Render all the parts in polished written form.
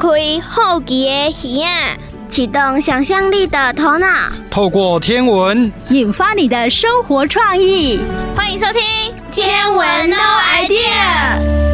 开好奇的耳啊， 启动想象力的头脑， 透过天文引发你的生活创意。 欢迎收听天文 No Idea。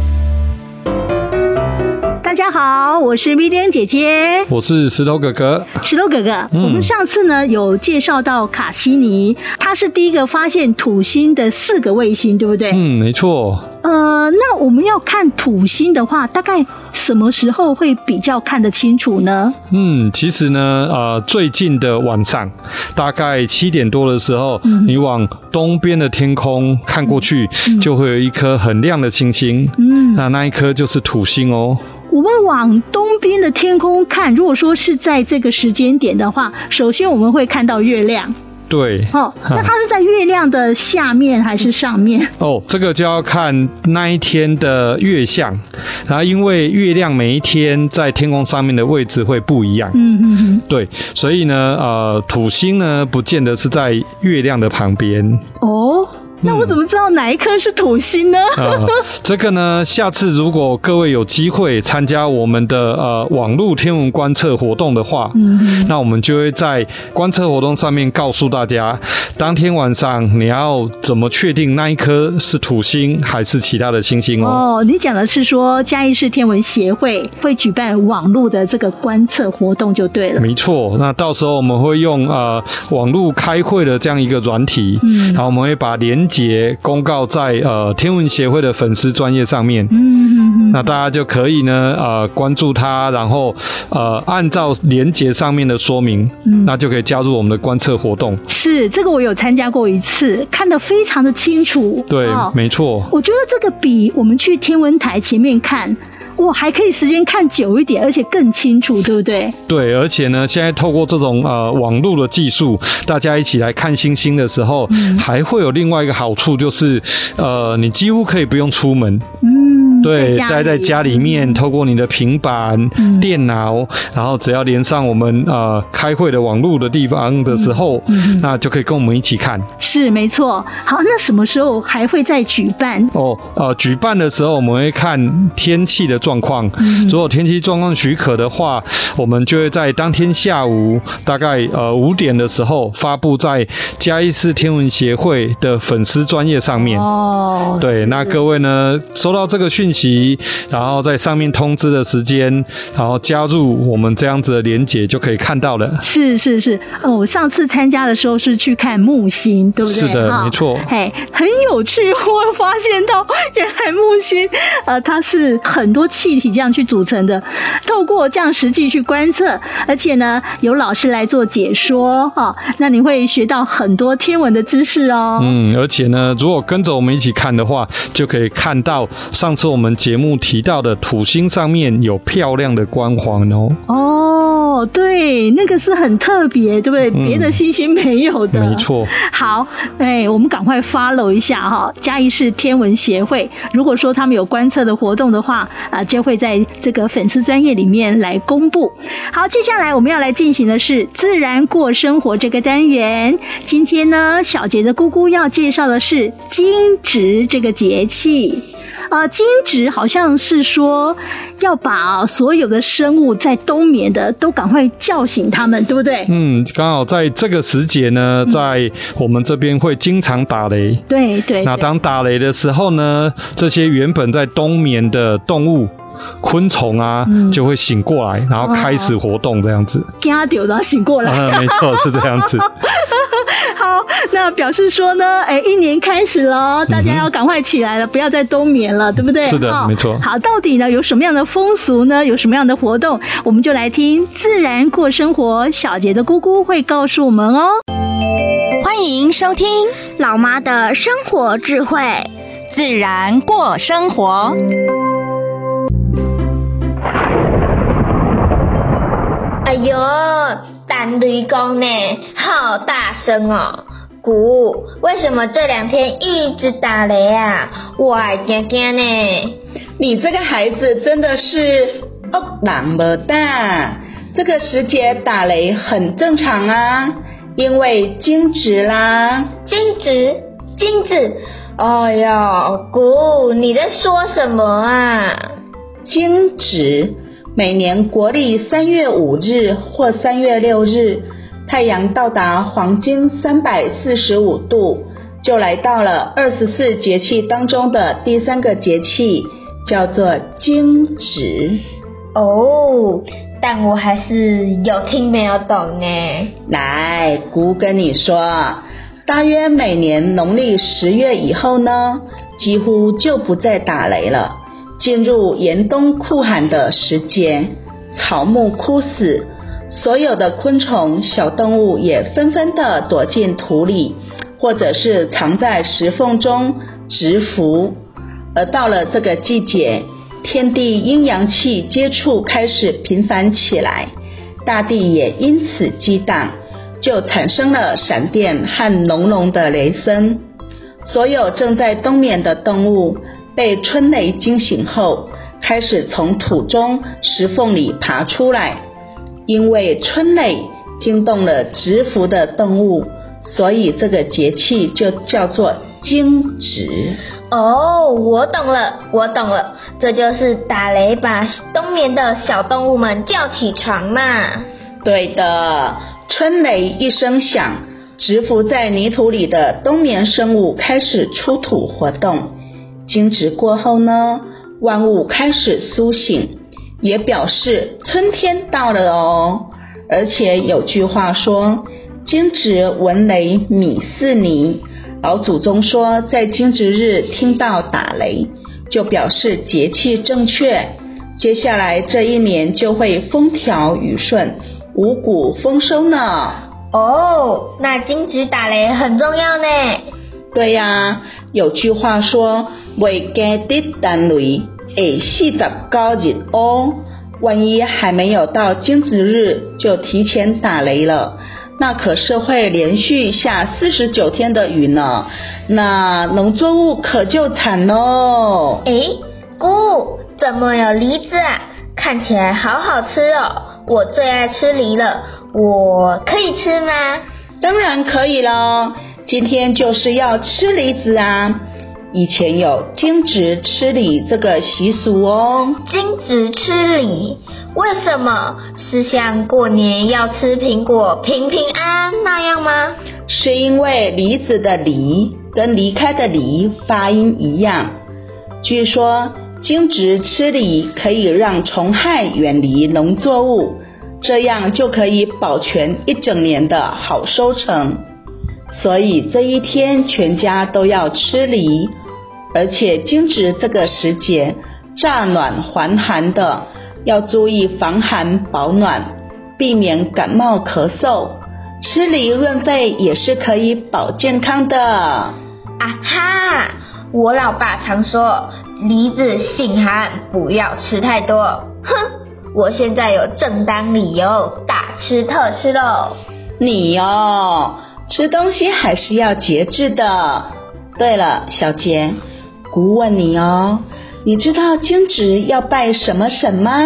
大家好，我是 Vivian 姐姐， 我是石头哥哥。 石头哥哥，我们上次呢有介绍到卡西尼，他是第一个发现土星的4个卫星，对不对？ 没错。 那我们要看土星的话，大概什么时候会比较看得清楚呢？ 其实呢，最近的晚上，大概7点多的时候，你往东边的天空看过去，就会有一颗很亮的星星。那一颗就是土星哦。 我们往东边的天空看，如果说是在这个时间点的话，首先我们会看到月亮。 对， 那它是在月亮的下面还是上面？ 这个就要看那一天的月相，然后因为月亮每一天在天空上面的位置会不一样，对，所以呢，土星呢不见得是在月亮的旁边。 那我怎么知道哪一颗是土星呢？ 这个呢，下次如果各位有机会参加我们的网络天文观测活动的话，那我们就会在观测活动上面告诉大家，当天晚上你要怎么确定那一颗是土星还是其他的星星哦。 你讲的是说嘉义市天文协会会举办网络的这个观测活动就对了。 没错，那到时候我们会用网络开会的这样一个软体，然后我们会把连结公告在天文协会的粉丝专页上面，那大家就可以呢关注它，然后按照连结上面的说明，那就可以加入我们的观测活动。 是，这个我有参加过一次，看得非常的清楚。 对，没错。 我觉得这个比我们去天文台前面看，还可以时间看久一点，而且更清楚，对不对？ 对，而且呢，现在透过这种网络的技术，大家一起来看星星的时候，还会有另外一个好处，就是你几乎可以不用出门。对，待在家里面，透过你的平板、电脑，然后只要连上我们开会的网络的地方的时候，那就可以跟我们一起看。 是，没错。好，那什么时候还会再举办？ 举办的时候我们会看天气的状况，如果天气状况许可的话，我们就会在当天下午大概5点的时候发布在嘉义市天文协会的粉丝专页上面。对，那各位呢收到这个讯息，然后在上面通知的时间，然后加入我们这样子的连结就可以看到了。是， 我上次参加的时候是去看木星，对不对？ 是的，没错。 很有趣，我发现到原来木星它是很多气体这样去组成的，透过这样实际去观测，而且呢有老师来做解说，那你会学到很多天文的知识哦。 而且呢如果跟着我们一起看的话，就可以看到上次我们节目提到的土星上面有漂亮的光环哦。 对，那个是很特别，对不对？别的星星没有的。 没错。 好，我们赶快 follow 一下嘉义市天文协会，如果说他们有观测的活动的话，就会在这个粉丝专页里面来公布。好，接下来我们要来进行的是自然过生活这个单元。今天呢，小杰的姑姑要介绍的是惊蛰这个节气。惊蛰好像是说要把所有的生物在冬眠的都赶快叫醒他们，对不对？ 刚好在这个时节呢，在我们这边会经常打雷。对。那当打雷的时候呢，这些原本在冬眠的动物昆虫啊就会醒过来，然后开始活动这样子。 吓到然后醒过来。 没错，是这样子。 好，那表示说呢一年开始了，大家要赶快起来了，不要再冬眠了，对不对？ 是的，没错。 好，到底呢有什么样的风俗呢？有什么样的活动？我们就来听自然过生活，小杰的姑姑会告诉我们哦。 欢迎收听老妈的生活智慧， 自然过生活。 哎呦，打雷公呢，好大声哦！姑，为什么这2天一直打雷啊？我还惊惊呢。 你这个孩子真的是人不大，这个时节打雷很正常啊，因为惊蛰啦。 惊蛰？哎呦，姑，你在说什么啊？ 惊蛰每年国历3月5日或3月6日，太阳到达黄金345度，就来到了24节气当中的第3个节气，叫做惊蛰。 哦，但我还是有听没有懂呢。 来，姑跟你说，大约每年农历10月以后呢，几乎就不再打雷了，进入严冬酷寒的时节，草木枯死，所有的昆虫小动物也纷纷的躲进土里，或者是藏在石缝中蛰伏。而到了这个季节，天地阴阳气接触开始频繁起来，大地也因此激荡，就产生了闪电和隆隆的雷声。所有正在冬眠的动物被春雷惊醒后，开始从土中石缝里爬出来。因为春雷惊动了蛰伏的动物，所以这个节气就叫做惊蛰。 哦，我懂了，这就是打雷把冬眠的小动物们叫起床嘛。 对的，春雷一声响，蛰伏在泥土里的冬眠生物开始出土活动。惊蛰过后呢，万物开始苏醒，也表示春天到了哦。而且有句话说，惊蛰闻雷米似泥。老祖宗说，在惊蛰日听到打雷，就表示节气正确，接下来这一年就会风调雨顺，五谷丰收呢。 哦，那惊蛰打雷很重要呢。 对呀，有句话说，未惊蛰打雷，下49日哦。万一还没有到惊蛰日就提前打雷了，那可是会连续下49天的雨呢，那农作物可就惨咯。 姑，怎么有梨子啊？看起来好好吃哦，我最爱吃梨了，我可以吃吗？ 当然可以咯，今天就是要吃梨子啊。以前有惊蛰吃梨这个习俗哦。 惊蛰吃梨，为什么？是像过年要吃苹果平平安安那样吗？ 是因为梨子的梨跟离开的离发音一样。据说惊蛰吃梨可以让虫害远离农作物，这样就可以保全一整年的好收成。所以这一天全家都要吃梨，而且惊蛰这个时节乍暖还寒的，要注意防寒保暖，避免感冒咳嗽。吃梨润肺也是可以保健康的。 啊哈，我老爸常说梨子性寒，不要吃太多。哼，我现在有正当理由大吃特吃咯。 你哦，吃东西还是要节制的。对了，小杰，姑问你哦，你知道惊蛰要拜什么神吗？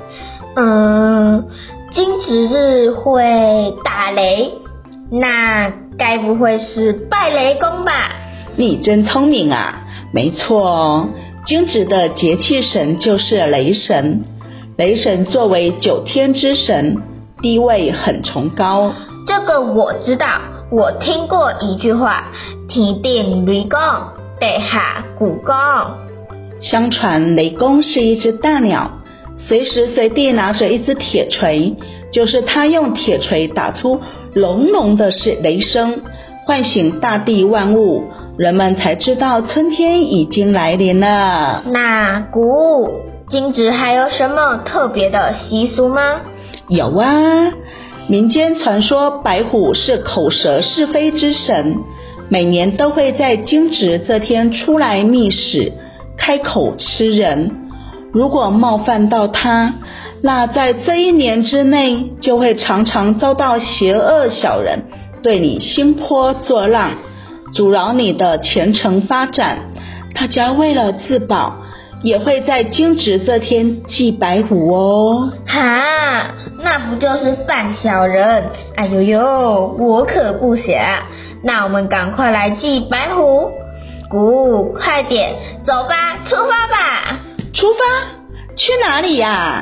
惊蛰日会打雷，那该不会是拜雷公吧？ 你真聪明啊！没错哦，惊蛰的节气神就是雷神。雷神作为9天之神，地位很崇高。 这个我知道，我听过一句话，天顶雷公，地下蜈蚣。 相传雷公是一只大鸟，随时随地拿着一只铁锤，就是他用铁锤打出隆隆的雷声，唤醒大地万物，人们才知道春天已经来临了。 那姑，惊蛰还有什么特别的习俗吗？ 有啊，民间传说白虎是口舌是非之神，每年都会在惊蛰这天出来觅食，开口吃人。如果冒犯到他，那在这一年之内就会常常遭到邪恶小人对你兴波作浪，阻挠你的前程发展。大家为了自保，也会在惊蛰这天祭白虎哦。 哈，那不就是犯小人？哎呦呦，我可不想。那我们赶快来祭白虎。姑，快点，走吧，出发吧。 出发？去哪里呀？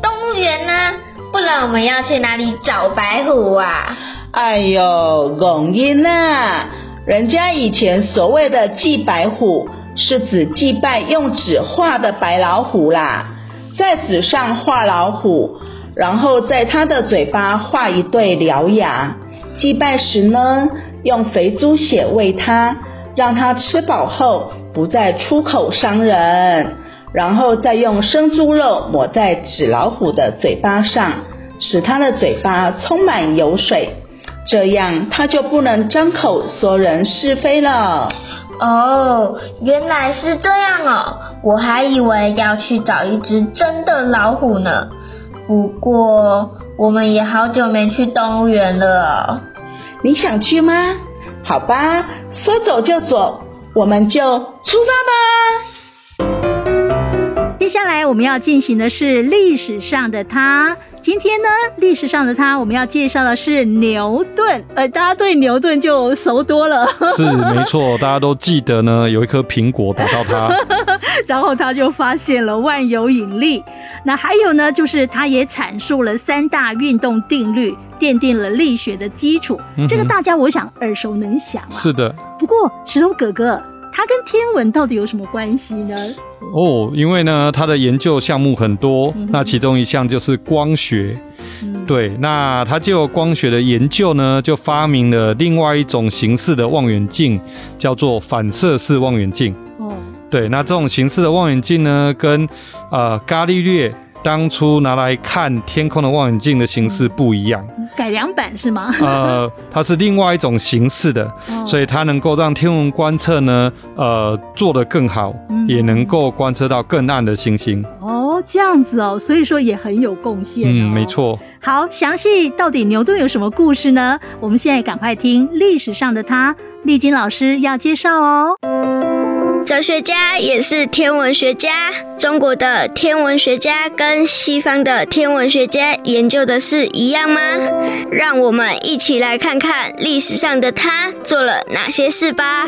动物园啊，不然我们要去哪里找白虎啊？ 哎呦，龚英啊，人家以前所谓的祭白虎，是指祭拜用纸画的白老虎啦，在纸上画老虎，然后在它的嘴巴画一对獠牙。祭拜时呢，用肥猪血喂它，让它吃饱后不再出口伤人，然后再用生猪肉抹在纸老虎的嘴巴上，使它的嘴巴充满油水，这样它就不能张口说人是非了。 哦，原来是这样哦，我还以为要去找一只真的老虎呢。不过我们也好久没去动物园了。 你想去吗？好吧，说走就走，我们就出发吧。 接下来我们要进行的是历史上的他。今天呢，历史上的他我们要介绍的是牛顿。大家对牛顿就熟多了。 是没错，大家都记得呢，有一颗苹果打到他， 然后他就发现了万有引力。那还有呢，就是他也阐述了3大运动定律，奠定了力学的基础。这个大家我想耳熟能详啊。 是的。 不过石头哥哥，他跟天文到底有什么关系呢？ 因为呢，他的研究项目很多，那其中一项就是光学。对，那他就光学的研究呢，就发明了另外一种形式的望远镜，叫做反射式望远镜。对，那这种形式的望远镜呢，跟伽利略当初拿来看天空的望远镜的形式不一样， 改良版是吗？ 它是另外一种形式的，所以它能够让天文观测呢，做得更好，也能够观测到更暗的星星。 这样子哦，所以说也很有贡献。 没错。 好，详细到底牛顿有什么故事呢？我们现在赶快听历史上的他，丽晶老师要介绍哦。 哲学家也是天文学家，中国的天文学家跟西方的天文学家研究的是一样吗？让我们一起来看看历史上的他做了哪些事吧。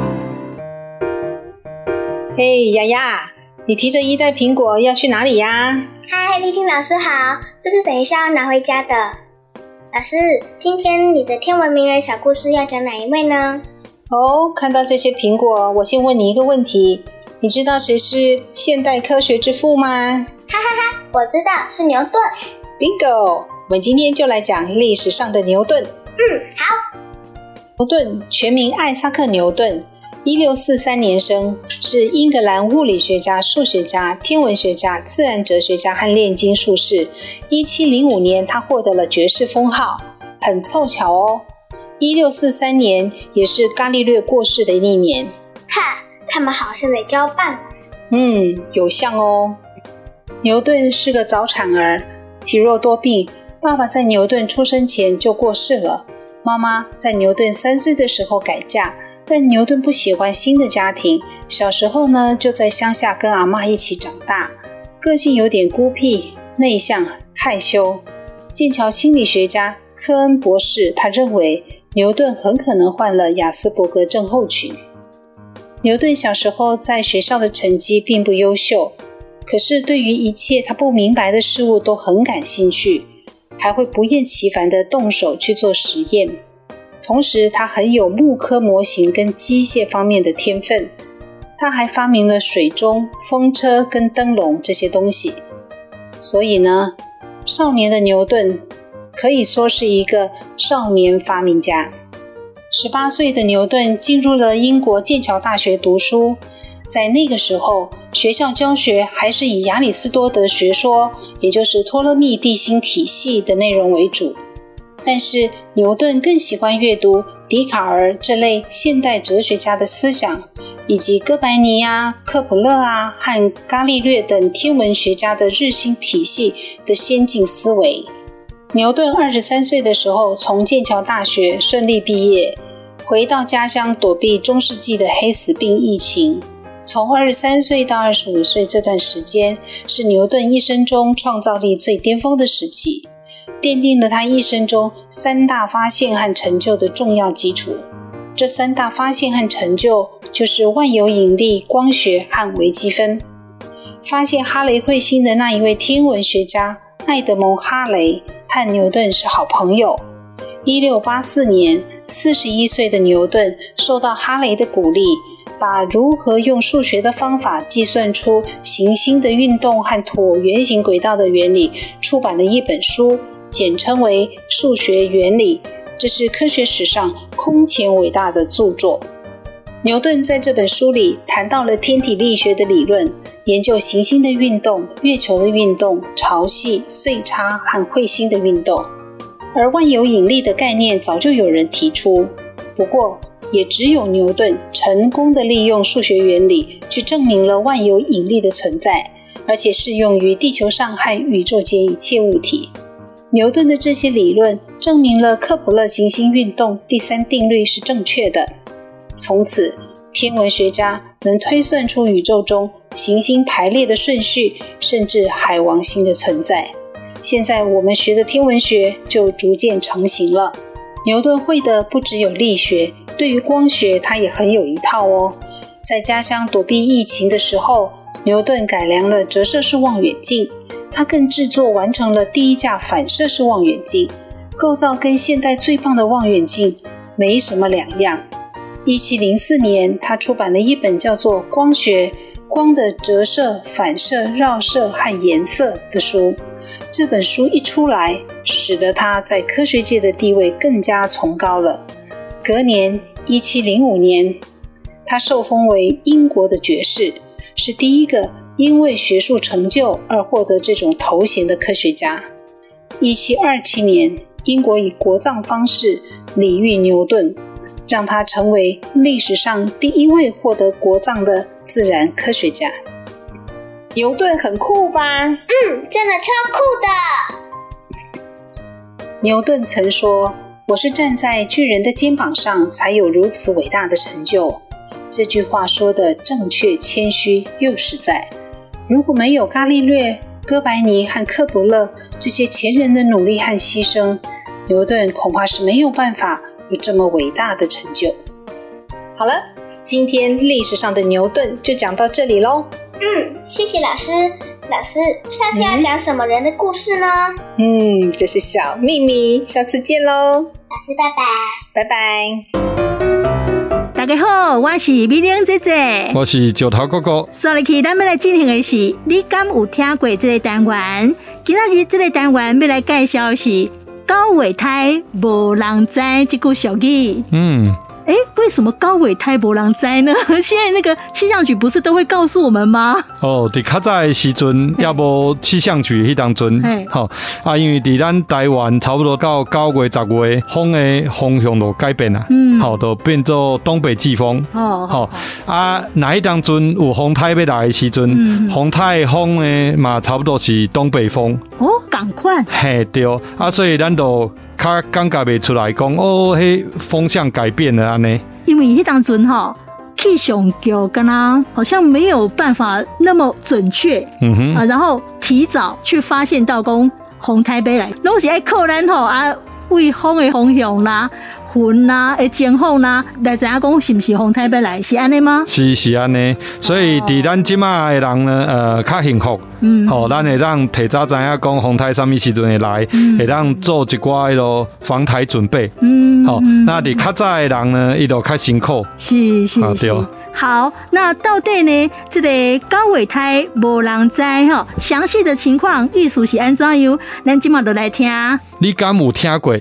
嘿，雅雅，你提着1袋苹果要去哪里呀？ 嗨，丽晶老师好，这是等一下要拿回家的。老师，今天你的天文名人小故事要讲哪一位呢？ 看到这些苹果，我先问你一个问题，你知道谁是现代科学之父吗？ 哈哈哈，我知道，是牛顿。 Bingo！ 我们今天就来讲历史上的牛顿。 好。 牛顿全名艾萨克·牛顿，1643年生，是英格兰物理学家、数学家、天文学家、自然哲学家和炼金术士。1705年，他获得了爵士封号。很凑巧哦，1643年也是伽利略过世的一年。 哈，他们好像在交伴。 有像哦。牛顿是个早产儿，体弱多病，爸爸在牛顿出生前就过世了，妈妈在牛顿3岁的时候改嫁，但牛顿不喜欢新的家庭，小时候呢就在乡下跟阿嬷一起长大，个性有点孤僻、内向、害羞。剑桥心理学家科恩博士他认为牛顿很可能患了亚斯伯格症候群。牛顿小时候在学校的成绩并不优秀，可是对于一切他不明白的事物都很感兴趣，还会不厌其烦地动手去做实验。同时他很有木刻模型跟机械方面的天分，他还发明了水钟、风车跟灯笼这些东西。所以呢，少年的牛顿可以说是一个少年发明家。18岁的牛顿进入了英国剑桥大学读书，在那个时候，学校教学还是以亚里士多德学说，也就是托勒密地心体系的内容为主。但是牛顿更喜欢阅读笛卡尔这类现代哲学家的思想，以及哥白尼克普勒和伽利略等天文学家的日心体系的先进思维。牛顿23岁的时候从剑桥大学顺利毕业，回到家乡躲避中世纪的黑死病疫情。从23岁到25岁这段时间，是牛顿一生中创造力最巅峰的时期，奠定了他一生中3大发现和成就的重要基础。这3大发现和成就就是万有引力、光学和微积分。 发现哈雷彗星的那一位天文学家爱德蒙·哈雷和牛顿是好朋友。1684年，41岁的牛顿受到哈雷的鼓励，把如何用数学的方法计算出行星的运动和椭圆形轨道的原理，出版了一本书，简称为《数学原理》，这是科学史上空前伟大的著作。牛顿在这本书里谈到了天体力学的理论，研究行星的运动、月球的运动、潮汐、岁差和彗星的运动。而万有引力的概念早就有人提出，不过也只有牛顿成功地利用数学原理去证明了万有引力的存在，而且适用于地球上和宇宙间一切物体。牛顿的这些理论证明了克普勒行星运动第三定律是正确的。从此，天文学家能推算出宇宙中行星排列的顺序，甚至海王星的存在。现在我们学的天文学就逐渐成型了。牛顿会的不只有力学，对于光学他也很有一套哦。在家乡躲避疫情的时候，牛顿改良了折射式望远镜，他更制作完成了第一架反射式望远镜，构造跟现代最棒的望远镜没什么两样。1704年，他出版了一本叫做《光学：光的折射、反射、绕射和颜色》的书。这本书一出来，使得他在科学界的地位更加崇高了。隔年1705年，他受封为英国的爵士，是第一个因为学术成就而获得这种头衔的科学家。1727年，英国以国葬方式礼遇牛顿，让他成为历史上第一位获得国葬的自然科学家。牛顿很酷吧？ 真的超酷的。 牛顿曾说，我是站在巨人的肩膀上才有如此伟大的成就。这句话说得正确、谦虚又实在。如果没有伽利略、哥白尼和克卜勒这些前人的努力和牺牲，牛顿恐怕是没有办法有这么伟大的成就。好了，今天历史上的牛顿就讲到这里咯。 谢谢老师。老师，下次要讲什么人的故事呢？ 这是小秘密，下次见咯。 老师，拜拜。 拜拜。 大家好，我是美玲姐姐， 我是石头哥哥。 所以咱要来进行的是，你敢有听过这个单元？今仔日这个单元要来介绍的是高尾胎无人知这句俗语。为什么高尾胎无人知呢？现在那个气象局不是都会告诉我们吗？ 在较早的时阵，也无气象局迄当阵，因为伫咱台湾差不多到9月、10月，风的方向就改变啦，就变做东北季风。那迄当阵有风台要来的时阵，风台的风呢嘛差不多是东北风。 赶快。 对，所以咱就较感觉不出来讲迄风向改变了安尼。 因为迄当阵气象局跟他好像没有办法那么准确，然后提早去发现到讲风台要来，拢是爱靠咱为风的方向啦、云啦、前后啦，来知影讲是不是风台要来，是安尼吗？ 是安尼，所以伫咱即马的人呢，较幸福，咱会当提早知影讲风台什么时阵会来，会当做一寡迄落防台准备，那伫较早的人呢，伊就较辛苦，是。对。 好，那到底呢？这个高尾胎无人知详细的情况意思是安怎样？咱今嘛就来听。 你敢有听过？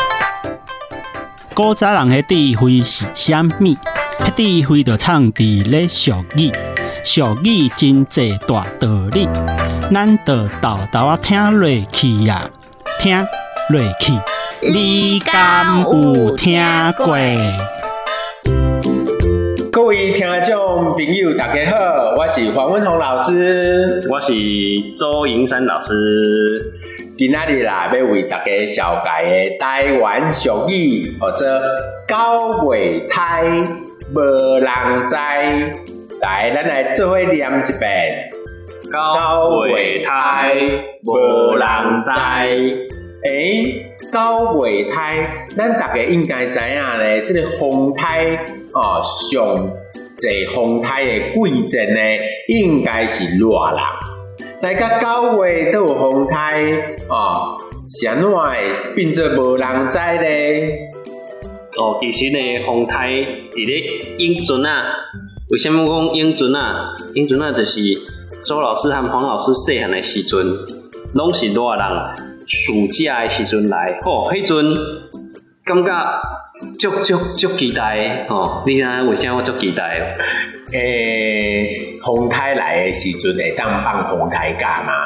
古早人的智慧是啥物？迄智慧就藏伫咧俗语，俗语真济大道理，咱就豆豆啊听落去呀，听落去。你敢有听过？ 各位听众朋友，大家好，我是黄文宏老师， 我是周银山老师。 今仔日啦，要为大家绍介的台湾俗语，或者高尾胎无人知。来，咱来做伙念一遍：高尾胎无人知。高尾胎，咱大家应该知影咧，这个风胎上济风胎的季节呢，应该是热人。 来到9月都有风台哦，是安怎会变做无人知咧？ 哦，其实呢，风台伫咧永春啊，为什么讲永春啊？永春啊，就是周老师和黄老师细汉的时阵，拢是热人暑假的时阵来，哦，迄阵感觉足期待哦。你知影为啥我足期待？ 风台来的时阵会当放风台假吗？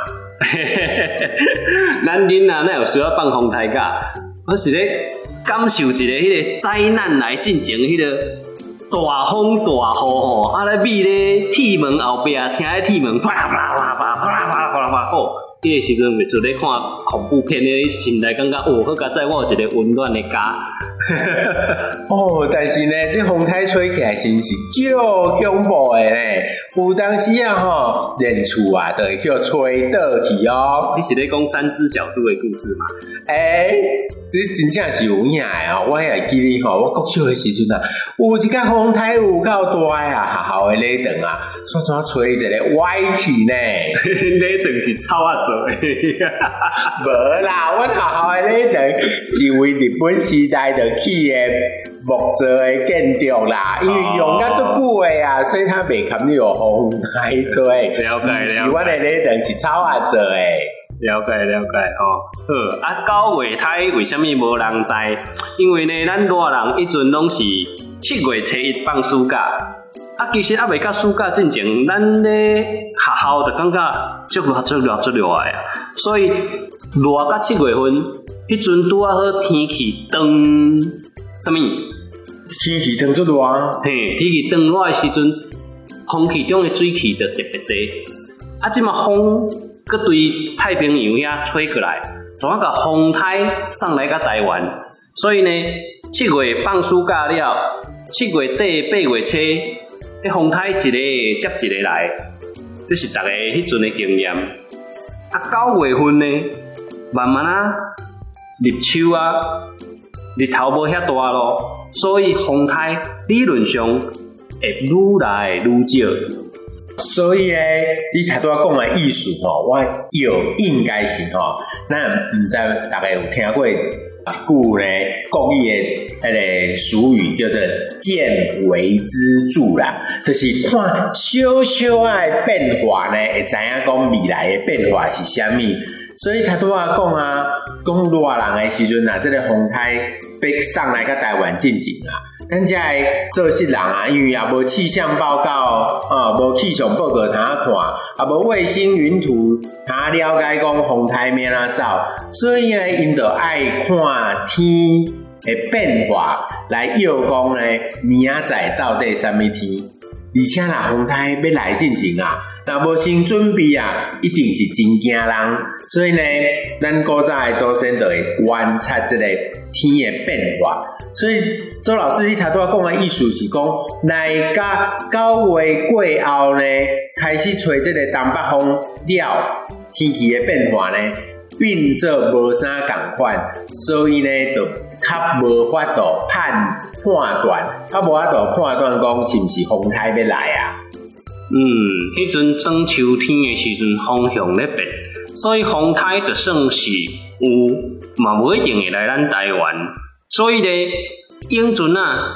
咱囡仔哪有需要放风台假？我是咧感受一个迄个灾难来进前迄个大风大雨吼，啊咧米咧铁门后壁，听迄铁门啪啦啪啦啪啦啪啦啪啦啪啦啪啦，哦，迄个时阵袂出咧看恐怖片咧，心内感觉哦，好佳在我有一个温暖的家。 哦，但是呢，这风台吹起来真是足恐怖的呢。有当时啊吼，连厝啊都会叫吹倒去哦。 你是咧讲3只小猪的故事吗？ 这真正是有影的哦。我还记得吼，我国小的时阵啊，有一届风台有够大啊，学校的礼堂啊，怎吹一个歪去呢？ 礼堂是草啊做的。 无啦，阮学校的礼堂是为日本时代的起的木造的建筑啦，因为用到足久的啊，所以它袂堪有风台吹。 了解。 是阮的礼堂是草啊做的。 了解哦。好啊，9月台为什么无人知？因为呢，咱热人迄阵拢是7月初1放暑假。啊，其实还未到暑假之前，咱咧学校就感觉足热啊，所以热到7月份，迄阵拄啊好天气长，什么？ 天气长足热。 嘿，天气长热的时阵，空气中的水汽就特别侪。啊，即嘛风搁对太平洋遐吹过来，怎啊甲风台送来到台湾？所以呢，7月放暑假了，7月底8月初。迄风台一个接一个来，这是大家迄阵的经验。啊，9月份呢，慢慢啊，入秋啊，日头无遐大咯，所以风台理论上会愈来愈少。 所以咧，你头拄仔讲的意思吼，我应该是吼，咱毋知大家有听过一句咧国语的迄个俗语，叫做见微知著啦，就是看小小的变化呢，会知影讲未来的变化是啥物。所以头拄仔讲啊，讲热人的时阵啊，这个风台要送来到台湾进前啊，咱遮个做事人啊，因为也无气象报告无气象报告通看，也无卫星云图通了解讲风台要怎走，所以呢，因就爱看天的变化来要讲呢，明仔载到底什么天，而且啦，风台要来进前啊。若无先准备啊，一定是真惊人。所以呢，咱古早的祖先就会观察这个天的变化。所以周老师，你头拄仔讲的意思是讲，来到9月过后呢，开始吹这个东北风了，天气的变化呢，变做无啥共款，所以呢，就较无法度判断，较无法度判断讲是毋是风台要来啊。 迄阵转秋天的时阵，风向咧变，所以风台就算是有，嘛无一定会来咱台湾。所以咧，永春啊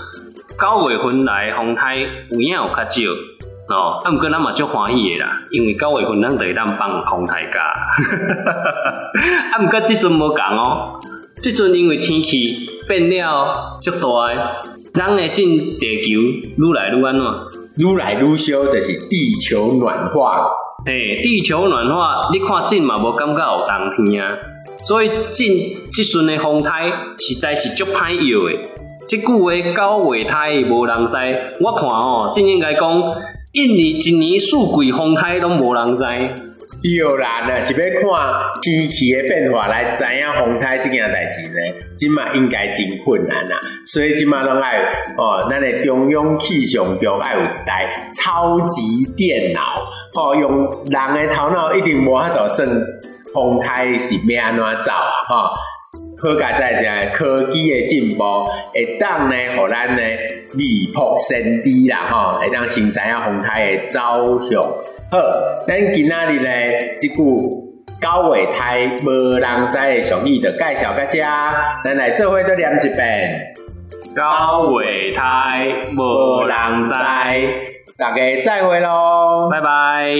，9月份来风台有影有较少哦。啊，毋过咱嘛足欢喜的啦，因为9月份咱就会当放风台假。啊，毋过即阵无共哦，即阵因为天气变了足大的，咱的进地球愈来愈安怎？ 愈来愈烧，就是地球暖化。 地球暖化，你看进嘛无感觉有冬天啊，所以进即阵的风台实在是足歹摇的。即句话9月台无人知，我看哦，真应该讲，一年四季风台拢无人知。 对啦，若是要看天气的变化来知影风台这件代志呢，今嘛应该真困难啦。所以今嘛拢爱咱的中央气象局爱有一台超级电脑，用人的头脑一定无法度算风台是要安怎走啊，好佳在这科技的进步，会当呢，互咱呢未卜先知啦，会当先知影风台的走向。 好，咱今仔日咧，这句九月胎无人知的俗语就介绍到这，咱来做伙都念一遍。 九月胎无人知， 大家再会咯， 拜拜。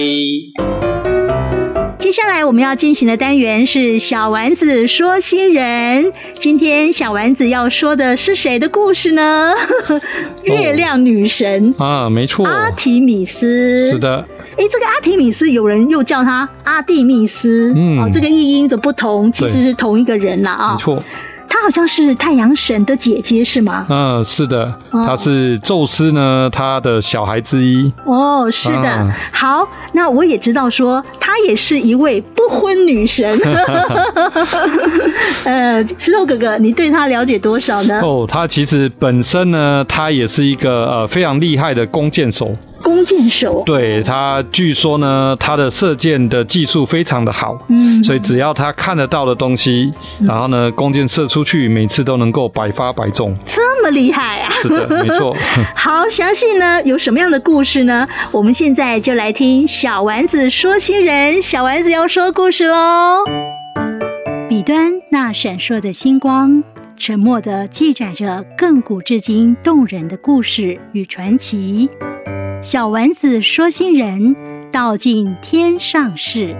接下来我们要进行的单元是小丸子说新人。今天小丸子要说的是谁的故事呢？月亮女神没错， 阿提米斯。 是的。 这个阿提米斯有人又叫他阿蒂密斯，这个译音的不同其实是同一个人啦啊。 没错。 她好像是太阳神的姐姐是吗？ 是的，她是宙斯呢他的小孩之一。 是的。好，那我也知道说她也是一位不婚女神。石头哥哥，你对她了解多少呢？ 她其实本身呢，她也是一个非常厉害的弓箭手。 弓箭手， 对，他据说呢，他的射箭的技术非常的好，所以只要他看得到的东西，然后呢，弓箭射出去，每次都能够百发百中， 这么厉害啊！ 是的，没错。 好，详细呢有什么样的故事呢？我们现在就来听小丸子说新人，小丸子要说故事喽。彼端那闪烁的星光，沉默地记载着亘古至今动人的故事与传奇。小丸子说新人，道尽天上事。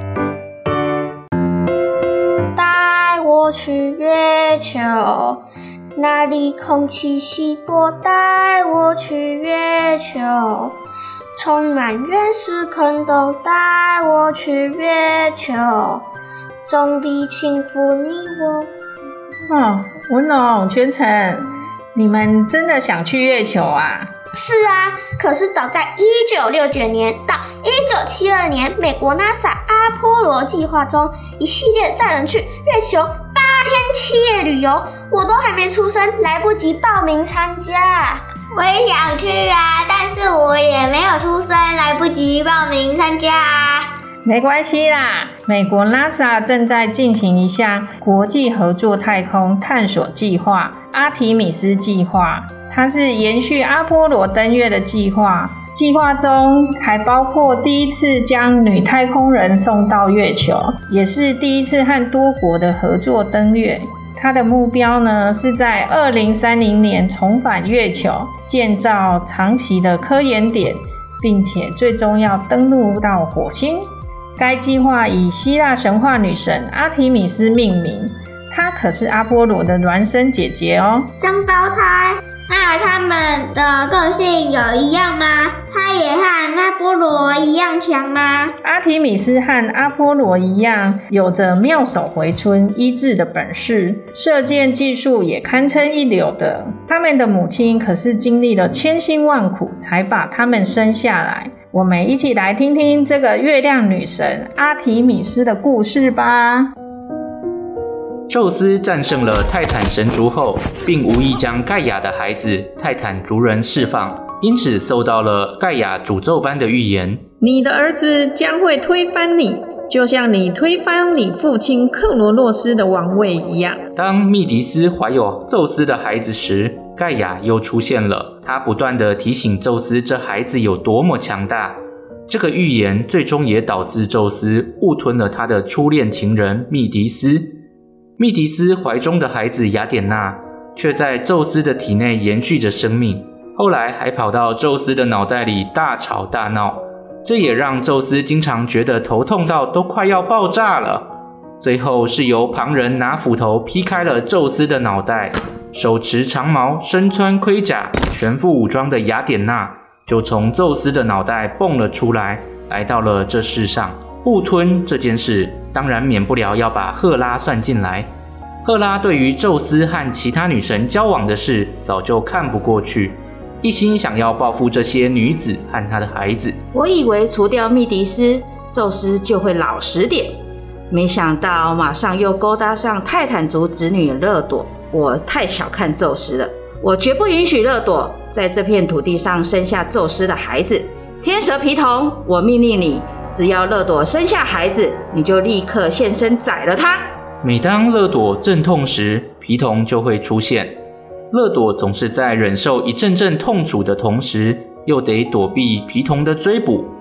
带我去月球，那里空气稀薄。带我去月球，充满原始坑洞。带我去月球，总比轻浮你我。 文龙、全程，你们真的想去月球啊？ 是啊，可是早在1969年到1972年，美国 NASA 阿波罗计划中，一系列载人去月球8天7夜旅游，我都还没出生，来不及报名参加。我也想去啊，但是我也没有出生，来不及报名参加啊。 没关系啦，美国 NASA 正在进行一项国际合作太空探索计划——阿提米斯计划。它是延续阿波罗登月的计划，计划中还包括第一次将女太空人送到月球，也是第一次和多国的合作登月。它的目标呢，是在2030年重返月球，建造长期的科研点，并且最终要登陆到火星。该计划以希腊神话女神阿提米斯命名，她可是阿波罗的孪生姐姐哦。 双胞胎，那他们的个性有一样吗？他也和阿波罗一样强吗？ 阿提米斯和阿波罗一样，有着妙手回春、医治的本事，射箭技术也堪称一流的。他们的母亲可是经历了千辛万苦才把他们生下来。我们一起来听听这个月亮女神阿提米斯的故事吧。 宙斯战胜了泰坦神族后，并无意将盖亚的孩子泰坦族人释放，因此受到了盖亚诅咒般的预言： 你的儿子将会推翻你，就像你推翻你父亲克罗诺斯的王位一样。 当密迪斯怀有宙斯的孩子时，盖亚又出现了，他不断地提醒宙斯这孩子有多么强大。这个预言最终也导致宙斯误吞了他的初恋情人密迪斯。密迪斯怀中的孩子雅典娜却在宙斯的体内延续着生命，后来还跑到宙斯的脑袋里大吵大闹，这也让宙斯经常觉得头痛到都快要爆炸了。最后是由旁人拿斧头劈开了宙斯的脑袋，手持长矛，身穿盔甲，全副武装的雅典娜就从宙斯的脑袋蹦了出来，来到了这世上。误吞这件事当然免不了要把赫拉算进来。赫拉对于宙斯和其他女神交往的事早就看不过去，一心想要报复这些女子和她的孩子。 我以为除掉密迪斯，宙斯就会老实点，没想到马上又勾搭上泰坦族子女勒朵。我太小看宙斯了，我绝不允许勒朵在这片土地上生下宙斯的孩子。天蛇皮童，我命令你，只要勒朵生下孩子，你就立刻现身宰了他。 每当勒朵阵痛时，皮童就会出现。勒朵总是在忍受一阵阵痛楚的同时，又得躲避皮童的追捕，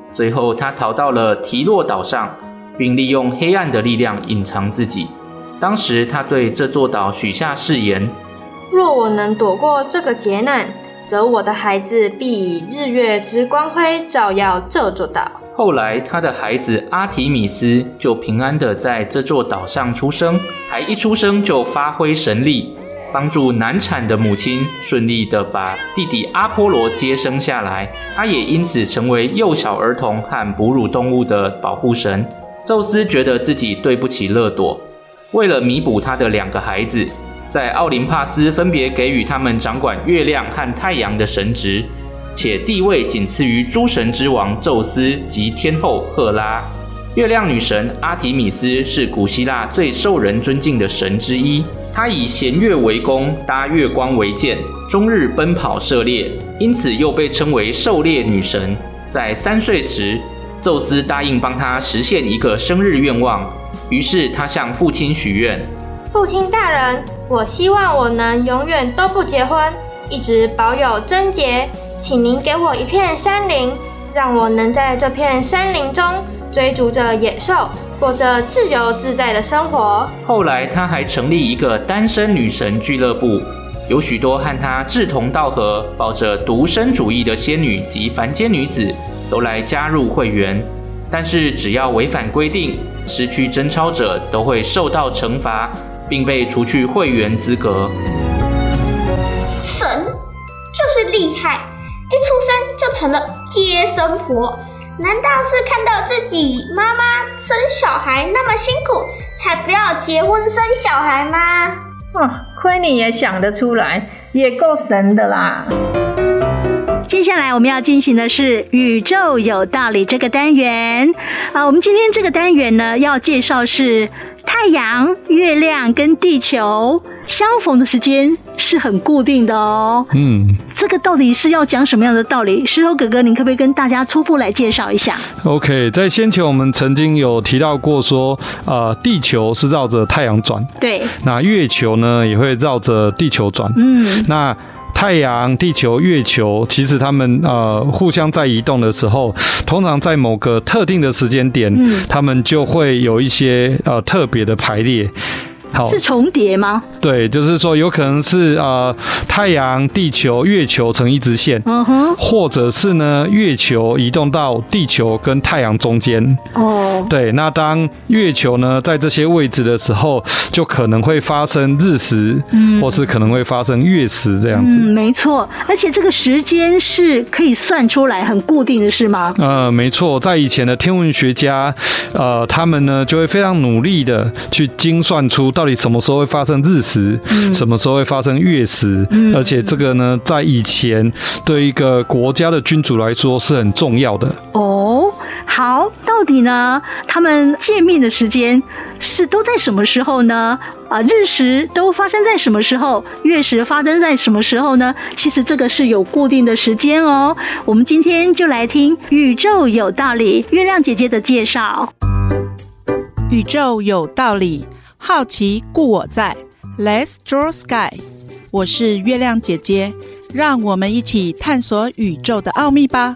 最后他逃到了提洛岛上，并利用黑暗的力量隐藏自己。当时他对这座岛许下誓言： 若我能躲过这个劫难，则我的孩子必以日月之光辉照耀这座岛。 后来他的孩子阿提米斯就平安地在这座岛上出生，还一出生就发挥神力，帮助难产的母亲顺利地把弟弟阿波罗接生下来。他也因此成为幼小儿童和哺乳动物的保护神。宙斯觉得自己对不起勒朵，为了弥补他的2个孩子，在奥林帕斯分别给予他们掌管月亮和太阳的神职，且地位仅次于诸神之王宙斯及天后赫拉。月亮女神阿提米斯是古希腊最受人尊敬的神之一，她以弦月为弓，搭月光为箭，终日奔跑射猎，因此又被称为狩猎女神。在3岁时，宙斯答应帮她实现一个生日愿望，于是她向父亲许愿： 父亲大人，我希望我能永远都不结婚，一直保有贞洁，请您给我一片山林，让我能在这片山林中追逐着野兽，过着自由自在的生活。 后来他还成立一个单身女神俱乐部，有许多和他志同道合、抱着独身主义的仙女及凡间女子都来加入会员。但是只要违反规定，失去贞操者都会受到惩罚，并被除去会员资格。 神就是厉害，一出生就成了接生婆。难道是看到自己妈妈生小孩那么辛苦，才不要结婚生小孩吗？ 亏你也想得出来，也够神的啦。 接下来我们要进行的是宇宙有道理这个单元我们今天这个单元呢，要介绍是太阳、月亮跟地球相逢的时间是很固定的哦。这个到底是要讲什么样的道理？石头哥哥，你可不可以跟大家初步来介绍一下 ？OK， 在先前我们曾经有提到过说，地球是绕着太阳转， 对， 那月球呢也会绕着地球转，那太阳、地球、月球，其实他们互相在移动的时候，通常在某个特定的时间点，他们就会有一些特别的排列。好， 是重叠吗？ 对，就是说有可能是太阳、地球、月球成一直线，或者是呢月球移动到地球跟太阳中间。对，那当月球呢在这些位置的时候，就可能会发生日食，或是可能会发生月食这样子。 没错，而且这个时间是可以算出来，很固定的是吗？ 没错，在以前的天文学家，他们呢就会非常努力的去精算出到底什么时候会发生日食，什么时候会发生月食，而且这个呢，在以前对一个国家的君主来说是很重要的。 好，到底呢，他们见面的时间是都在什么时候呢？日食都发生在什么时候？月食发生在什么时候呢？其实这个是有固定的时间哦。我们今天就来听宇宙有道理月亮姐姐的介绍。 宇宙有道理，好奇故我在 Let's Draw Sky， 我是月亮姐姐，让我们一起探索宇宙的奥秘吧。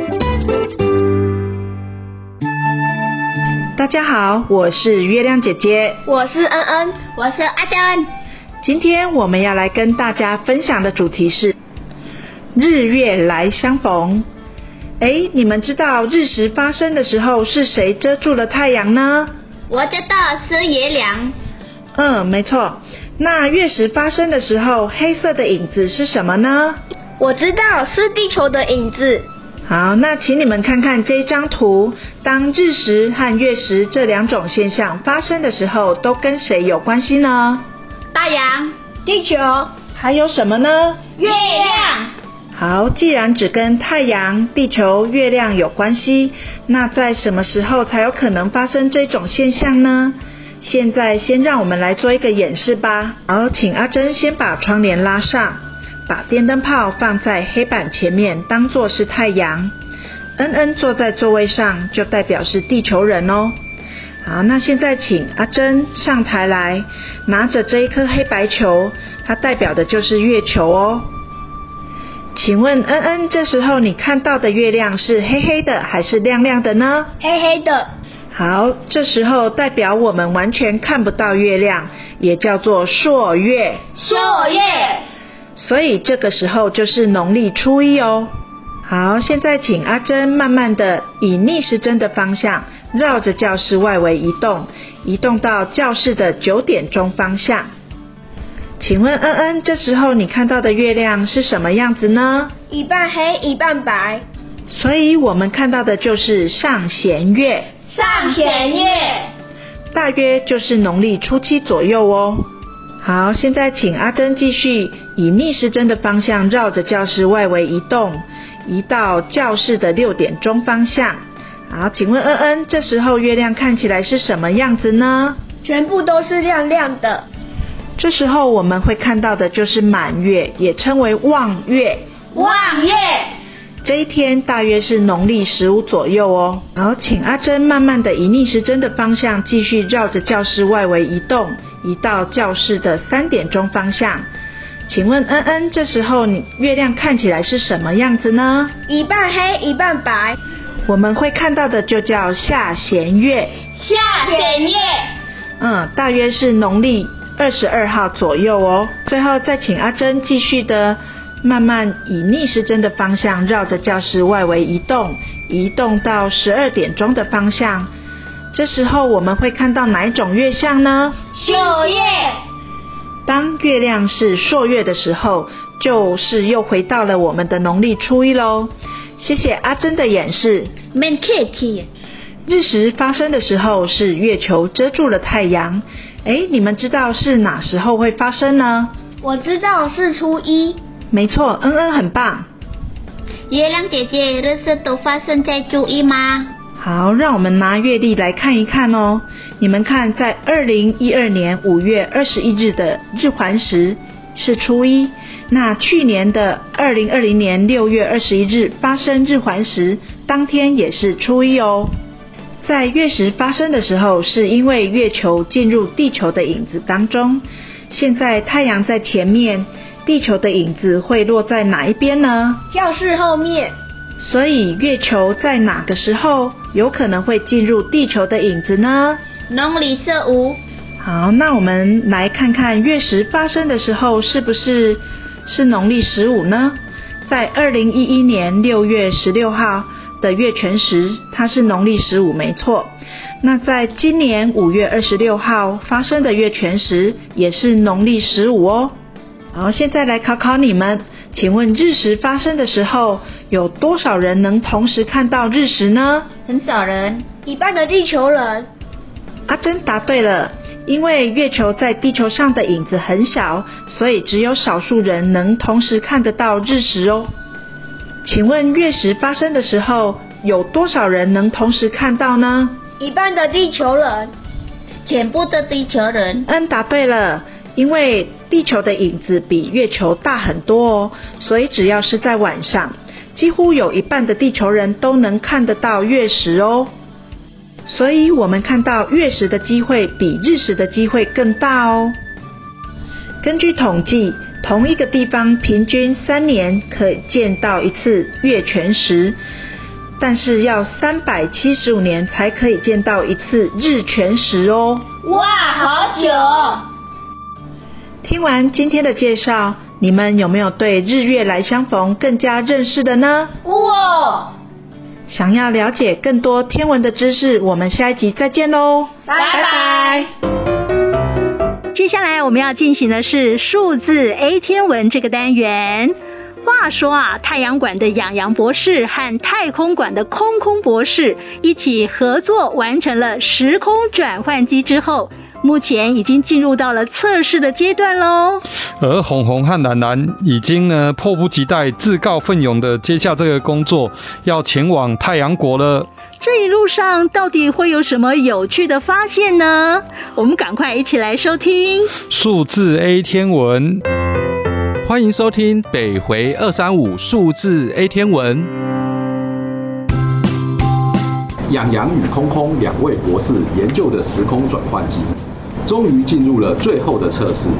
大家好，我是月亮姐姐， 我是恩恩，我是阿珍。 今天我们要来跟大家分享的主题是日月来相逢。你们知道日食发生的时候是谁遮住了太阳呢？ 我知道是月亮。 没错。那月食发生的时候，黑色的影子是什么呢？ 我知道是地球的影子。 好，那请你们看看这张图，当日食和月食这2种现象发生的时候，都跟谁有关系呢？ 太阳、地球， 还有什么呢？ 月亮。 好，既然只跟太阳、地球、月亮有关系，那在什么时候才有可能发生这种现象呢？现在先让我们来做一个演示吧。好，请阿珍先把窗帘拉上，把电灯泡放在黑板前面，当作是太阳。恩恩坐在座位上，就代表是地球人哦。好，那现在请阿珍上台来，拿着这一颗黑白球，它代表的就是月球哦。 请问恩恩，这时候你看到的月亮是黑黑的还是亮亮的呢？ 黑黑的。 好，这时候代表我们完全看不到月亮，也叫做朔月。 朔月。 所以这个时候就是农历初一哦。好，现在请阿珍慢慢的以逆时针的方向绕着教室外围移动到教室的9点钟方向。请问恩恩，这时候你看到的月亮是什么样子呢？ 一半黑一半白。 所以我们看到的就是上弦月。 上弦月。 大约就是农历初7左右哦。好，现在请阿珍继续以逆时针的方向绕着教室外围移到教室的6点钟方向。好，请问恩恩，这时候月亮看起来是什么样子呢？ 全部都是亮亮的。 这时候我们会看到的就是满月，也称为望月。 望月。 这一天大约是农历15左右哦。好，请阿珍慢慢的以逆时针的方向继续绕着教室外围移到教室的3点钟方向。请问恩恩，这时候月亮看起来是什么样子呢？ 一半黑一半白。 我们会看到的就叫下弦月。 下弦月。 大约是农历22号左右哦。最后再请阿珍继续的慢慢以逆时针的方向绕着教室外围移动到12点钟的方向。这时候我们会看到哪一种月相呢？ 朔月。 当月亮是朔月的时候，就是又回到了我们的农历初一咯。谢谢阿珍的演示。 免客气。 日食发生的时候是月球遮住了太阳。你们知道是哪时候会发生呢？ 我知道是初一。 没错，恩恩很棒。 月亮姐姐，日食都发生在初一吗？ 好，让我们拿月历来看一看哦。你们看，在2012年5月21日的日环食是初一，那去年的2020年6月21日发生日环食，当天也是初一哦。在月食发生的时候，是因为月球进入地球的影子当中，现在太阳在前面，地球的影子会落在哪一边呢？ 教室后面。 所以月球在哪个时候有可能会进入地球的影子呢？ 农历15。 好，那我们来看看月食发生的时候是不是农历15呢？在2011年6月16号的月全食，它是农历15没错。那在今年5月26号发生的月全食也是农历15哦。好，现在来考考你们，请问日食发生的时候有多少人能同时看到日食呢？ 很少人，一半的地球人。 阿珍答对了，因为月球在地球上的影子很小，所以只有少数人能同时看得到日食哦。请问月食发生的时候有多少人能同时看到呢？ 一半的地球人。全部的地球人。 答对了，因为地球的影子比月球大很多哦，所以只要是在晚上，几乎有一半的地球人都能看得到月食哦。所以我们看到月食的机会比日食的机会更大哦。根据统计，同一个地方平均3年可以见到一次月全食，但是要375年才可以见到一次日全食哦。 哇，好久哦。 听完今天的介绍，你们有没有对日月来相逢更加认识的呢？ 哇！ 想要了解更多天文的知识，我们下一集再见咯， 拜拜。 接下来我们要进行的是数字 A 天文这个单元。话说啊，太阳馆的养洋博士和太空馆的空空博士一起合作完成了时空转换机之后，目前已经进入到了测试的阶段咯。 而红红和蓝蓝已经迫不及待自告奋勇的接下这个工作，要前往太阳国了。 这一路上到底会有什么有趣的发现呢？我们赶快一起来收听数字 A 天文。 欢迎收听北回235数字 A 天文。 养洋与空空两位博士研究的时空转换机终于进入了最后的测试。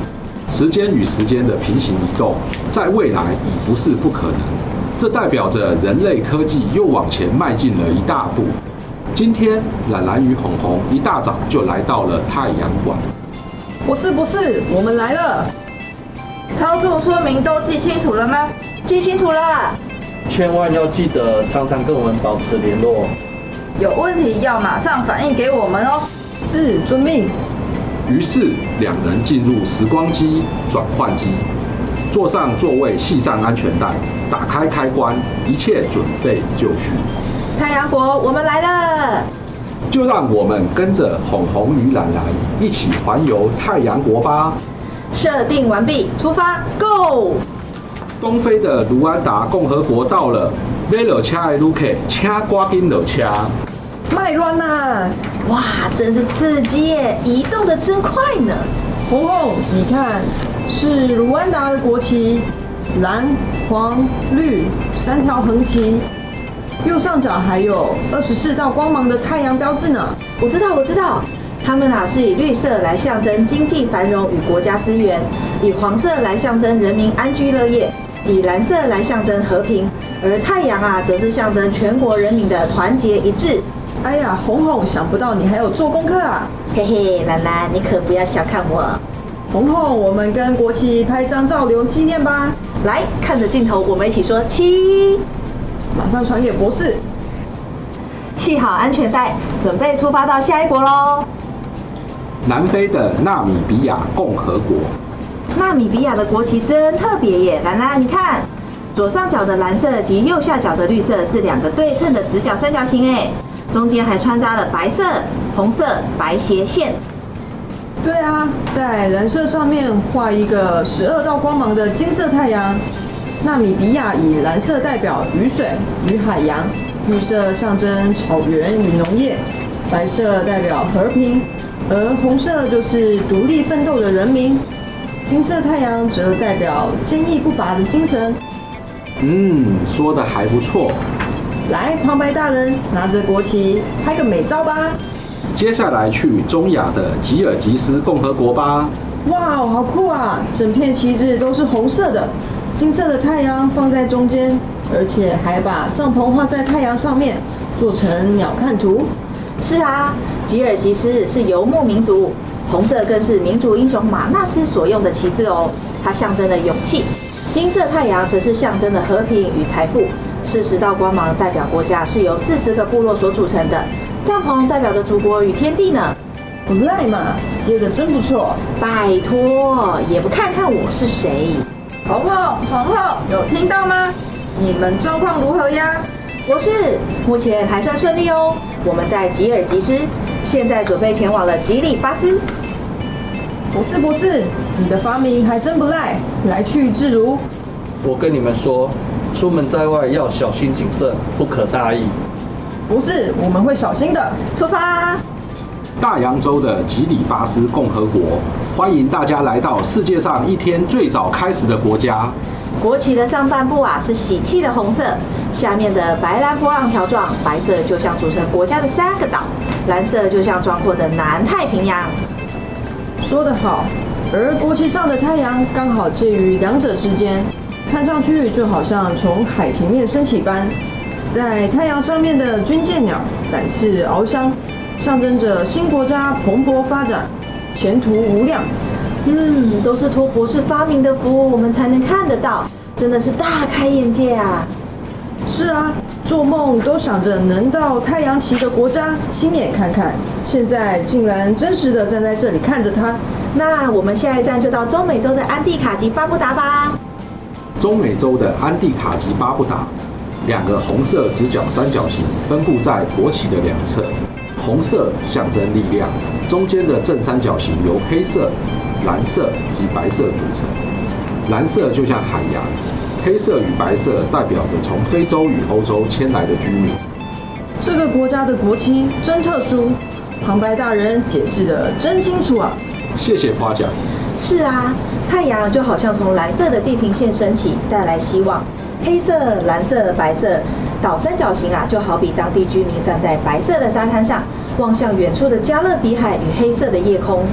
时间与时间的平行移动，在未来已不是不可能。这代表着人类科技又往前迈进了一大步。今天，懒懒与红红一大早就来到了太阳馆。 不是，我们来了。操作说明都记清楚了吗？ 记清楚了。 千万要记得常常跟我们保持联络。 有问题要马上反映给我们哦。 是，遵命。 于是，两人进入时光机转换机，坐上座位，系上安全带，打开开关，一切准备就绪。 太阳国，我们来了！ 就让我们跟着红红与懒懒一起环游太阳国吧。 设定完毕，出发 ，Go！ 东非的卢安达共和国到了，买落车的旅客，请赶紧落车。 麦乱呐！哇，真是刺激耶！移动的真快呢。 红红，你看，是卢安达的国旗，蓝、黄、绿3条横旗，右上角还有24道光芒的太阳标志呢。 我知道，他们是以绿色来象征经济繁荣与国家资源，以黄色来象征人民安居乐业，以蓝色来象征和平，而太阳则是象征全国人民的团结一致。 哎呀，红红，想不到你还有做功课啊！ 嘿嘿，兰兰，你可不要小看我。 红红，我们跟国旗拍张照留纪念吧。 来，看着镜头，我们一起说7， 马上传给博士。 系好安全带，准备出发到下一国喽。 南非的纳米比亚共和国。 纳米比亚的国旗真特别耶，兰兰，你看，左上角的蓝色及右下角的绿色是2个对称的直角三角形哎。中间还穿插了白色、红色、白斜线。 对啊，在蓝色上面画一个12道光芒的金色太阳。纳米比亚以蓝色代表雨水与海洋，绿色象征草原与农业，白色代表和平，而红色就是独立奋斗的人民。金色太阳则代表坚毅不拔的精神。 说得还不错。 来，旁白大人拿着国旗拍个美照吧。 接下来去中亚的吉尔吉斯共和国吧。 哇，好酷啊！整片旗帜都是红色的，金色的太阳放在中间，而且还把帐篷画在太阳上面，做成鸟瞰图。 是啊，吉尔吉斯是游牧民族，红色更是民族英雄马纳斯所用的旗帜哦，它象征了勇气。金色太阳则是象征了和平与财富。40道光芒代表国家是由40个部落所组成的，帐篷代表着祖国与天地呢。 不赖嘛，接得真不错。 拜托，也不看看我是谁。 红红，有听到吗？你们状况如何呀？ 博士，目前还算顺利哦。我们在吉尔吉斯，现在准备前往了吉里巴斯。 博士，你的发明还真不赖，来去自如。 我跟你们说，出门在外要小心谨慎，不可大意。 不是，我们会小心的。出发！ 大洋洲的吉里巴斯共和国，欢迎大家来到世界上一天最早开始的国家。 国旗的上半部是喜气的红色，下面的白蓝波浪条状，白色就像组成国家的3个岛，蓝色就像壮阔的南太平洋。 说得好，而国旗上的太阳刚好介于两者之间，看上去就好像从海平面升起般。在太阳上面的军舰鸟展翅翱翔，象征着新国家蓬勃发展，前途无量。 都是托博士发明的福，我们才能看得到，真的是大开眼界啊！ 是啊，做梦都想着能到太阳旗的国家亲眼看看，现在竟然真实的站在这里看着它。 那我们下一站就到中美洲的安地卡及巴布达吧。 中美洲的安地卡及巴布达，2个红色直角三角形分布在国旗的两侧，红色象征力量，中间的正三角形由黑色、蓝色及白色组成。蓝色就像海洋，黑色与白色代表着从非洲与欧洲迁来的居民。 这个国家的国旗真特殊，旁白大人解释得真清楚啊！ 谢谢夸奖。 是啊，太阳就好像从蓝色的地平线升起，带来希望。黑色、蓝色、白色岛三角形就好比当地居民站在白色的沙滩上，望向远处的加勒比海与黑色的夜空。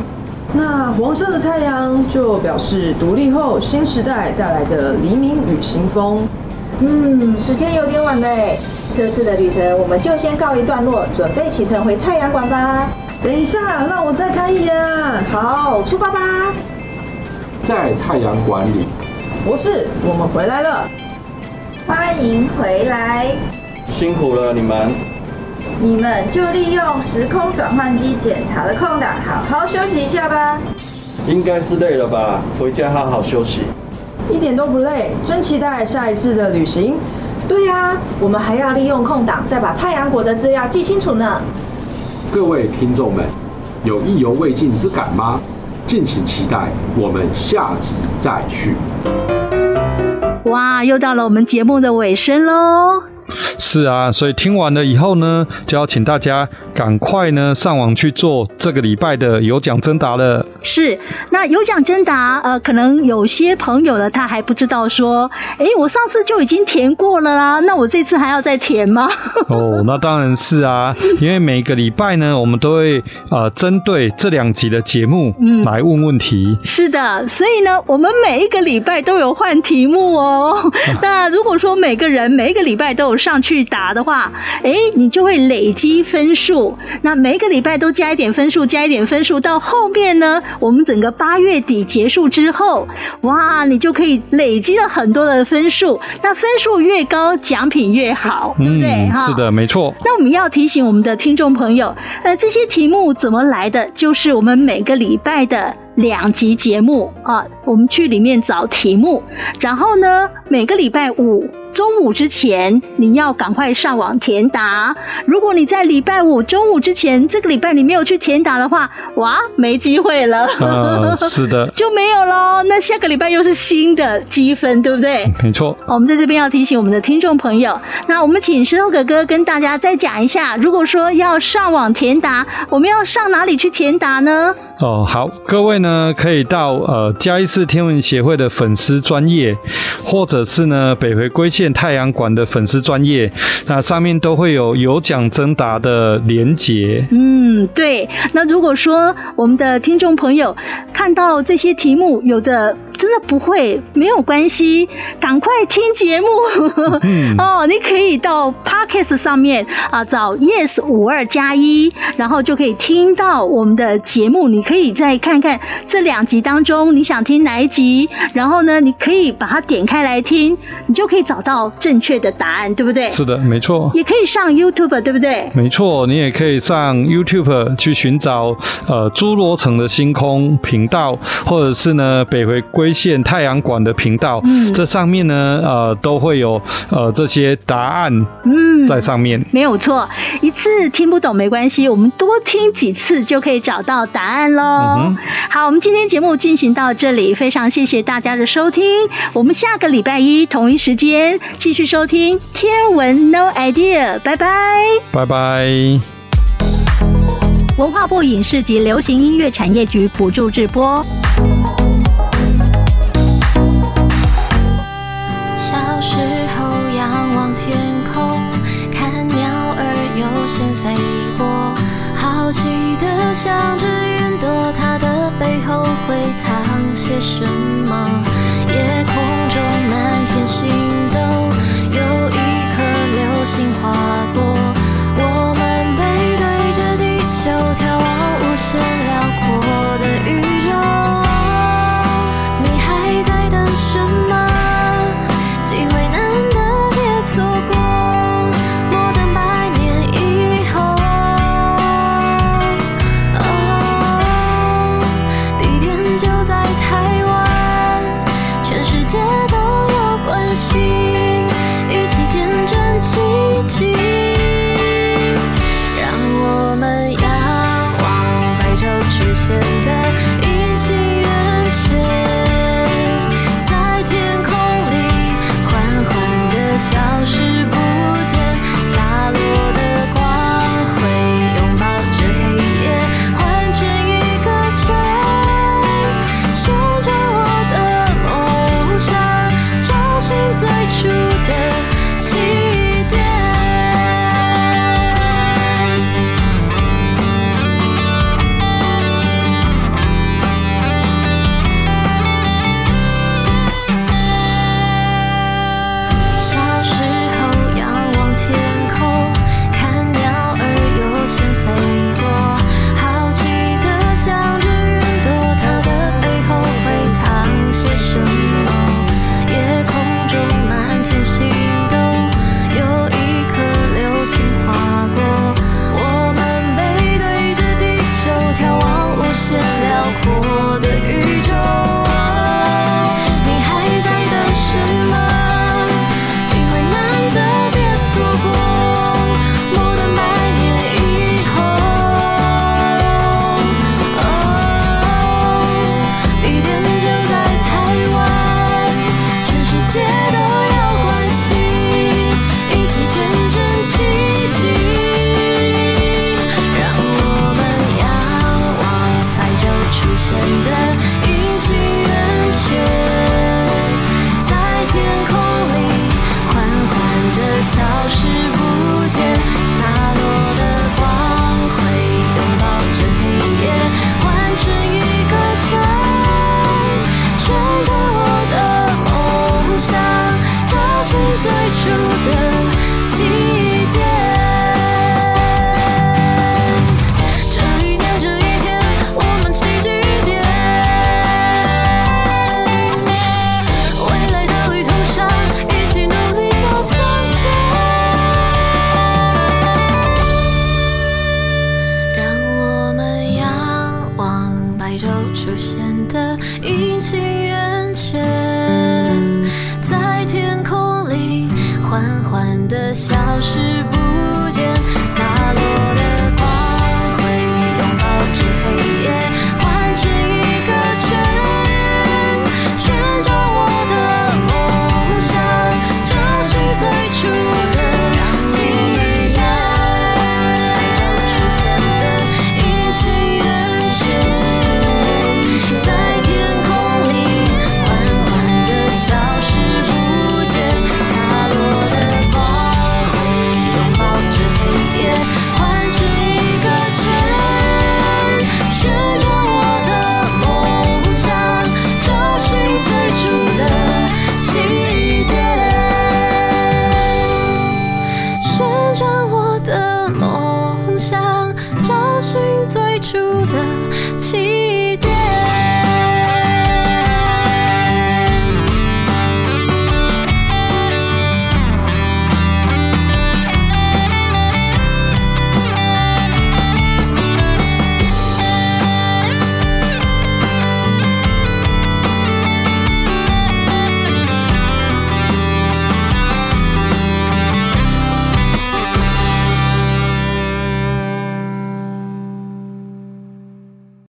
那黄色的太阳就表示独立后新时代带来的黎明与新风。 时间有点晚嘞，这次的旅程我们就先告一段落，准备启程回太阳馆吧。 等一下，让我再看一眼啊。 好，出发吧。 在太阳馆里， 博士，我们回来了。 欢迎回来。 辛苦了你们。 你们就利用时空转换机检查的空档，好好休息一下吧。 应该是累了吧，回家好好休息。 一点都不累，真期待下一次的旅行。 对啊，我们还要利用空档再把太阳国的资料记清楚呢。 各位听众们，有意犹未尽之感吗？敬请期待我们下集再续。 哇，又到了我们节目的尾声咯。 是啊，所以听完了以后呢，就要请大家赶快呢上网去做这个礼拜的有奖征答了。 是，那有奖征答，可能有些朋友呢，他还不知道说，我上次就已经填过了啦，那我这次还要再填吗？ 哦，那当然是啊，因为每个礼拜呢，我们都会针对这2集的节目来问问题。 是的，所以呢，我们每一个礼拜都有换题目哦。那如果说每个人每一个礼拜都有上去答的话，你就会累积分数。那每一个礼拜都加一点分数，加一点分数，到后面呢，我们整个8月底结束之后，哇，你就可以累积了很多的分数。那分数越高，奖品越好，对不对？ 是的，没错。 那我们要提醒我们的听众朋友，这些题目怎么来的？就是我们每个礼拜的2集节目啊，我们去里面找题目，然后呢，每个礼拜5中午之前你要赶快上网填答。如果你在礼拜5中午之前，这个礼拜你没有去填答的话，哇，没机会了。 是的， 就没有咯。那下个礼拜又是新的积分，对不对？ 没错。 我们在这边要提醒我们的听众朋友，那我们请石头哥哥跟大家再讲一下，如果说要上网填答，我们要上哪里去填答呢？ 好，各位呢可以到嘉义市天文协会的粉丝专页，或者是呢北回归线太阳馆的粉丝专页，那上面都会有奖征答的连结。 对。那如果说我们的听众朋友看到这些题目，有的真的不会，没有关系，赶快听节目。你可以到 Podcast 上面找 Yes52+1，然后就可以听到我们的节目。你可以再看看这2集当中你想听哪一集，然后呢，你可以把它点开来听，你就可以找到正确的答案，对不对？ 是的，没错。 也可以上 YouTube， 对不对？ 没错，你也可以上 YouTube 去寻找侏罗城的星空频道，或者是呢北回归线太阳馆的频道。这上面呢都会有这些答案在上面。 没有错，一次听不懂没关系，我们多听几次就可以找到答案咯。好，我们今天节目进行到这里，非常谢谢大家的收听，我们下个礼拜1同一时间继续收听天文 No Idea， 拜拜， 拜拜。 文化部影视及流行音乐产业局补助制播。 小时候仰望天空，看鸟儿悠闲飞过，好奇的想着云朵，它的背后会藏些什么？夜空中满天星斗，有一颗流星划过，我们背对着地球，眺望无限辽阔的宇宙。你还在等什么？机会难得别错过，莫等100年以后。地点就在台湾，全世界都有关系，一起见证奇迹。让我们仰望白昼出现的阴晴圆缺，在天空里缓缓地消失不见，洒落的光辉拥抱着黑夜，换成一个圈，旋转我的梦想，找寻最初的起点。 阔的宇宙。你还在等什么？机会难得，别错过。莫等百年以后。地点就在台湾，全世界都要关心，一起见证奇迹。让我们仰望白昼出现的阴晴圆缺，在天空里缓缓地消失不见，洒落的光辉拥抱着黑夜，换成一个圈，圈着我的梦想，找寻最初的起点。这一年这一天，我们齐聚一点，未来的旅途上，一起努力走向前。让我们仰望白昼出现的阴晴圆缺，在天空里缓缓地消失不见。